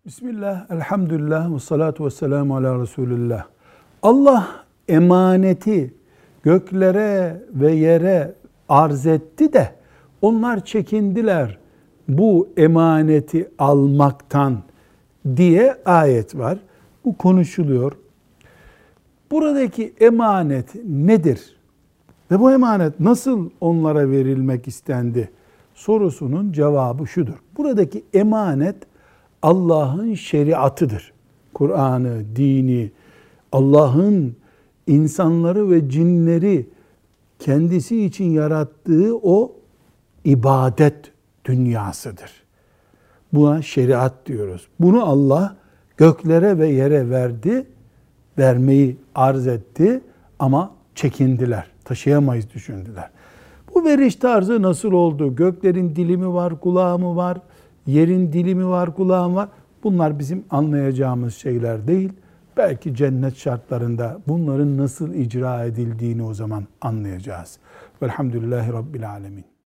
Bismillah, elhamdülillah, ve salatu ve selamu ala Resulillah. Allah emaneti göklere ve yere arz etti de onlar çekindiler bu emaneti almaktan diye ayet var. Bu konuşuluyor. Buradaki emanet nedir? Ve bu emanet nasıl onlara verilmek istendi? Sorusunun cevabı şudur. Buradaki emanet Allah'ın şeriatıdır. Kur'an'ı, dini, Allah'ın insanları ve cinleri kendisi için yarattığı o ibadet dünyasıdır. Buna şeriat diyoruz. Bunu Allah göklere ve yere verdi, vermeyi arz etti ama çekindiler, taşıyamayız düşündüler. Bu veriş tarzı nasıl oldu? Göklerin dili mi var, kulağı mı var? Yerin dili mi var, kulağı mı var? Bunlar bizim anlayacağımız şeyler değil. Belki cennet şartlarında bunların nasıl icra edildiğini o zaman anlayacağız. Velhamdülillahi Rabbil Alemin.